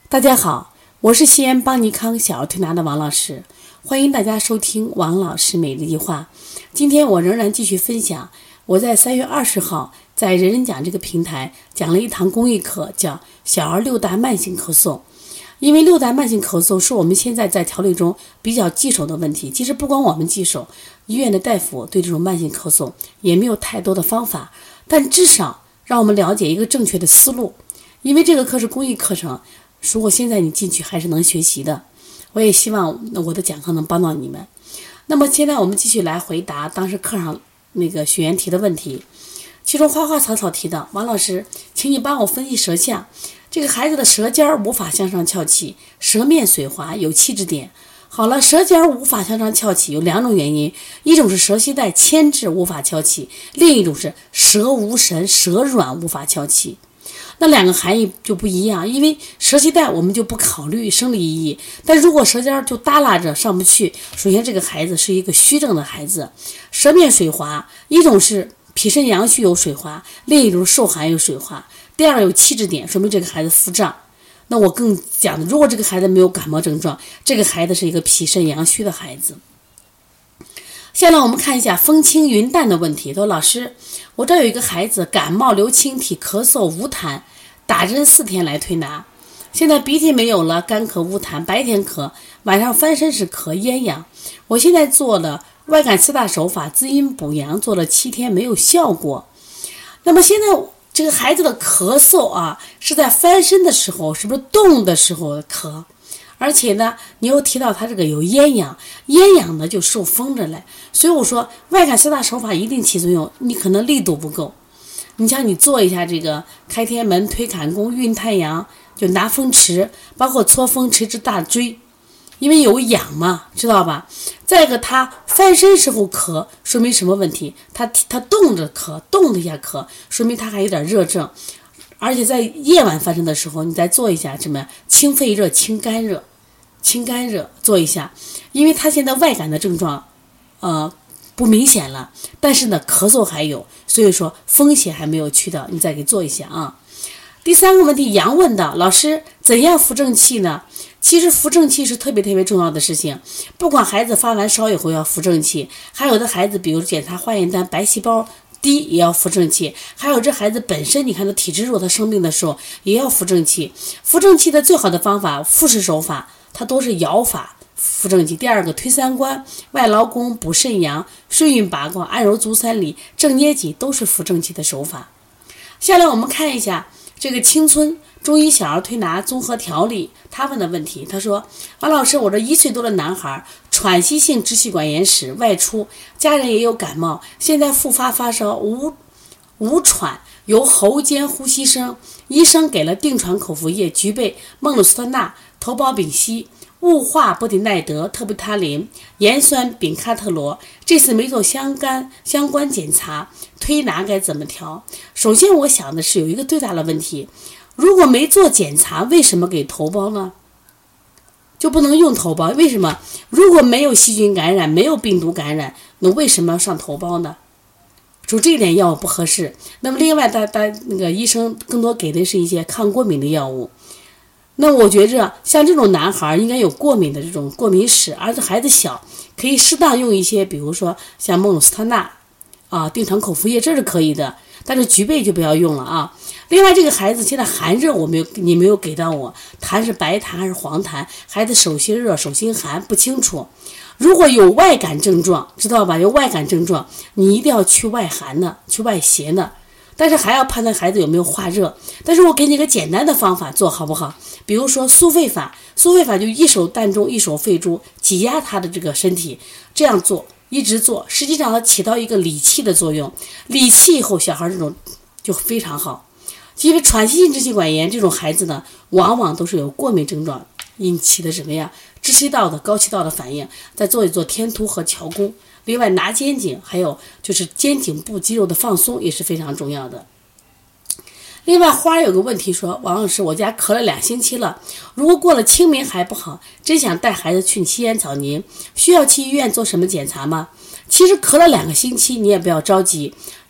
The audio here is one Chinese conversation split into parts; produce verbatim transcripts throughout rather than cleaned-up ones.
大家好，我是西安邦尼康小儿推拿的王老师，欢迎大家收听王老师每日一话。今天我仍然继续分享我在三月二十号在人人讲这个平台讲了一堂公益课，叫小儿六大慢性咳嗽。因为六大慢性咳嗽是我们现在在调理中比较棘手的问题，其实不光我们棘手，医院的大夫对这种慢性咳嗽也没有太多的方法，但至少让我们了解一个正确的思路。因为这个课是公益课程，如果现在你进去还是能学习的，我也希望我的讲课能帮到你们。那么现在我们继续来回答当时课上那个学员提的问题。其中花花草草提到，王老师请你帮我分析舌象，这个孩子的舌尖无法向上翘起，舌面水滑，有气滞点。好了，舌尖无法向上翘起有两种原因，一种是舌系带牵制无法翘起，另一种是舌无神，舌软无法翘起。那两个含义就不一样，因为舌系带我们就不考虑生理意义，但如果舌尖就耷拉着上不去，首先这个孩子是一个虚症的孩子。舌面水滑，一种是脾肾阳虚有水滑，另一种受寒有水滑，第二个有气滞点，说明这个孩子腹胀。那我更讲的，如果这个孩子没有感冒症状，这个孩子是一个脾肾阳虚的孩子。下来我们看一下风轻云淡的问题。说老师，我这有一个孩子感冒流清涕，咳嗽无痰，打针四天来推拿，现在鼻涕没有了，干咳无痰，白天咳，晚上翻身时咳咽痒。我现在做了外感四大手法滋阴补阳，做了七天没有效果。那么现在这个孩子的咳嗽啊，是在翻身的时候，是不是动的时候咳？而且呢，你又提到他这个有咽痒，咽痒呢就受风着来，所以我说外感四大手法一定起作用，你可能力度不够。你像你做一下这个开天门、推坎宫、运太阳，就拿风池，包括搓风池至大椎，因为有痒嘛，知道吧？再一个，他翻身时候咳，说明什么问题？他他动着咳，动了一下咳，说明他还有点热症。而且在夜晚翻身的时候，你再做一下什么清肺热、清肝热、清肝热，做一下，因为他现在外感的症状，呃，不明显了，但是呢，咳嗽还有，所以说风险还没有去掉，你再给做一下啊。第三个问题，杨问到，老师怎样扶正气呢？其实扶正气是特别特别重要的事情，不管孩子发完烧以后要扶正气，还有的孩子比如检查化验单白细胞低也要扶正气，还有这孩子本身你看他体质弱，他生病的时候也要扶正气。扶正气的最好的方法，复式手法它都是摇法扶正气。第二个推三关、外劳宫、补肾阳、顺运八卦、按揉足三里、正捏脊都是扶正气的手法。下来我们看一下这个青春中医小儿推拿综合调理他问的问题。他说，王老师，我这一岁多的男孩喘息性支气管炎史外出，家人也有感冒，现在复发发烧，无无喘，有喉间呼吸声，医生给了定喘口服液，菊贝、孟鲁司特钠、头孢丙烯、雾化波地奈德、特布他林、盐酸丙喀特罗。这次没做相干相关检查，推拿该怎么调？首先我想的是有一个最大的问题，如果没做检查，为什么给头孢呢？就不能用头孢？为什么？如果没有细菌感染，没有病毒感染，那为什么要上头孢呢？就这一点药物不合适。那么另外大大那个医生更多给的是一些抗过敏的药物。那我觉着像这种男孩应该有过敏的这种过敏史，而且孩子小，可以适当用一些，比如说像孟鲁司特钠啊、定喘口服液，这是可以的。但是菊贝就不要用了啊。另外这个孩子现在寒热我没有，你没有给到我，痰是白痰还是黄痰，孩子手心热手心寒不清楚。如果有外感症状，知道吧，有外感症状你一定要去外寒的，去外邪的，但是还要判断孩子有没有化热。但是我给你个简单的方法做好不好？比如说苏肺法，苏肺法就一手膻中一手肺珠挤压他的这个身体，这样做一直做，实际上它起到一个理气的作用，理气以后小孩这种就非常好。因为喘息性支气管炎这种孩子呢，往往都是有过敏症状引起的什么呀？支气道的高气道的反应，再做一做天突和桥弓。另外拿肩颈，还有就是肩颈部肌肉的放松也是非常重要的。另外花有个问题说，王老师，我家咳了两星期了，如果过了清明还不好，真想带孩子去西安找您，需要去医院做什么检查吗？其实咳了两个星期你也不要着急，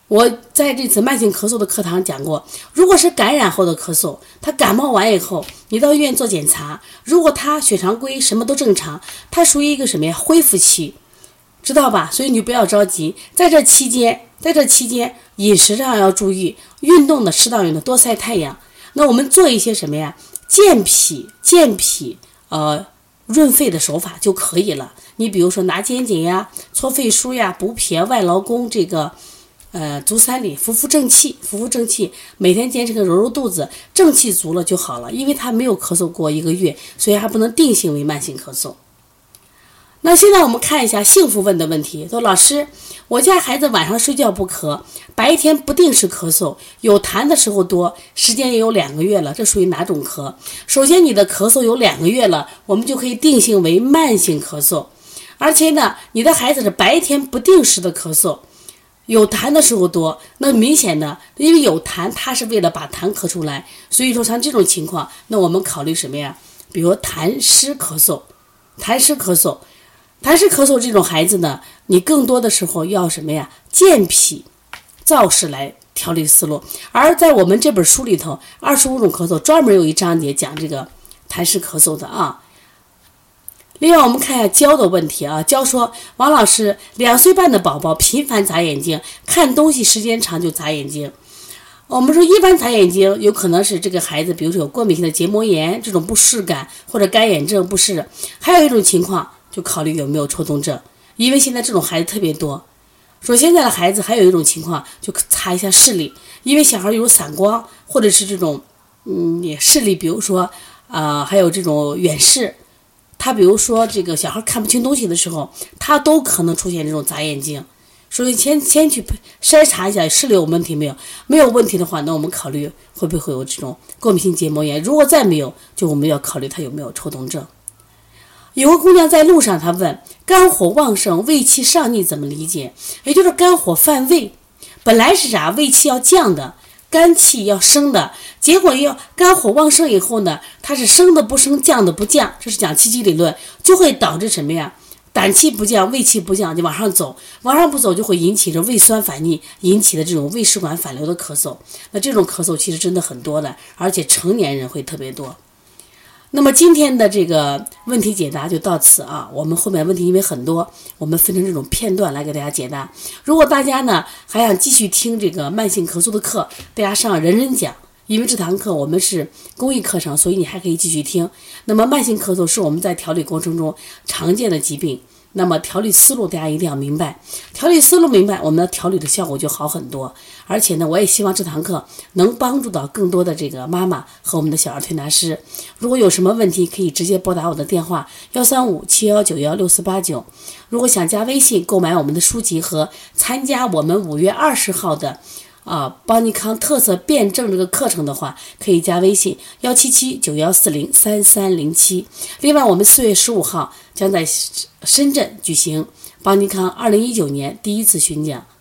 我在这次慢性咳嗽的课堂讲过，如果是感染后的咳嗽，他感冒完以后，你到医院做检查，如果他血常规什么都正常，他属于一个什么呀？恢复期，知道吧？所以你不要着急，在这期间，在这期间饮食上要注意，运动的适当运动，多晒太阳。那我们做一些什么呀？健脾、健脾呃润肺的手法就可以了。你比如说拿肩颈呀、搓肺腧呀、补脾、外劳宫这个。呃，足三里，扶扶正气，扶扶正气，每天坚持个揉揉肚子，正气足了就好了。因为他没有咳嗽过一个月，所以还不能定性为慢性咳嗽。那现在我们看一下幸福问的问题，说老师，我家孩子晚上睡觉不咳，白天不定时咳嗽，有痰的时候多，时间也有两个月了，这属于哪种咳？首先，你的咳嗽有两个月了，我们就可以定性为慢性咳嗽，而且呢，你的孩子是白天不定时的咳嗽。有痰的时候多，那明显的，因为有痰，它是为了把痰咳出来，所以说像这种情况，那我们考虑什么呀？比如痰湿咳嗽，痰湿咳嗽，痰湿咳嗽这种孩子呢，你更多的时候要什么呀？健脾燥湿来调理思路。而在我们这本书里头，二十五种咳嗽专门有一章节讲这个痰湿咳嗽的啊。另外我们看一下娇的问题啊，娇说王老师，两岁半的宝宝频繁眨眼睛，看东西时间长就眨眼睛。我们说一般眨眼睛有可能是这个孩子比如说有过敏性的结膜炎这种不适感，或者干眼症不适，还有一种情况就考虑有没有抽动症，因为现在这种孩子特别多。说现在的孩子还有一种情况就查一下视力，因为小孩有散光或者是这种嗯视力，比如说啊、呃、还有这种远视，他比如说这个小孩看不清东西的时候，他都可能出现这种眨眼睛。所以先先去筛查一下视力有问题没有，没有问题的话，那我们考虑会不会有这种过敏性结膜炎。如果再没有，就我们要考虑他有没有抽动症。有个姑娘在路上，她问肝火旺盛胃气上逆怎么理解？也就是肝火犯胃，本来是啥？胃气要降的，肝气要升的，结果要肝火旺盛以后呢，它是升的不升，降的不降，这是讲气机理论，就会导致什么呀？胆气不降，胃气不降，就往上走，往上不走就会引起这胃酸反逆，引起的这种胃食管反流的咳嗽。那这种咳嗽其实真的很多的，而且成年人会特别多。那么今天的这个问题解答就到此啊，我们后面问题因为很多，我们分成这种片段来给大家解答。如果大家呢还想继续听这个慢性咳嗽的课，大家上人人讲，因为这堂课我们是公益课程，所以你还可以继续听。那么慢性咳嗽是我们在调理过程中常见的疾病，那么调理思路大家一定要明白，调理思路明白，我们的调理的效果就好很多。而且呢，我也希望这堂课能帮助到更多的这个妈妈和我们的小儿推拿师。如果有什么问题，可以直接拨打我的电话幺三五七幺九幺六四八九。如果想加微信购买我们的书籍和参加我们五月二十号的啊，邦尼康特色辩证这个课程的话，可以加微信幺七七九幺四零三三零七。另外，我们四月十五号将在深圳举行邦尼康二零一九年第一次巡讲。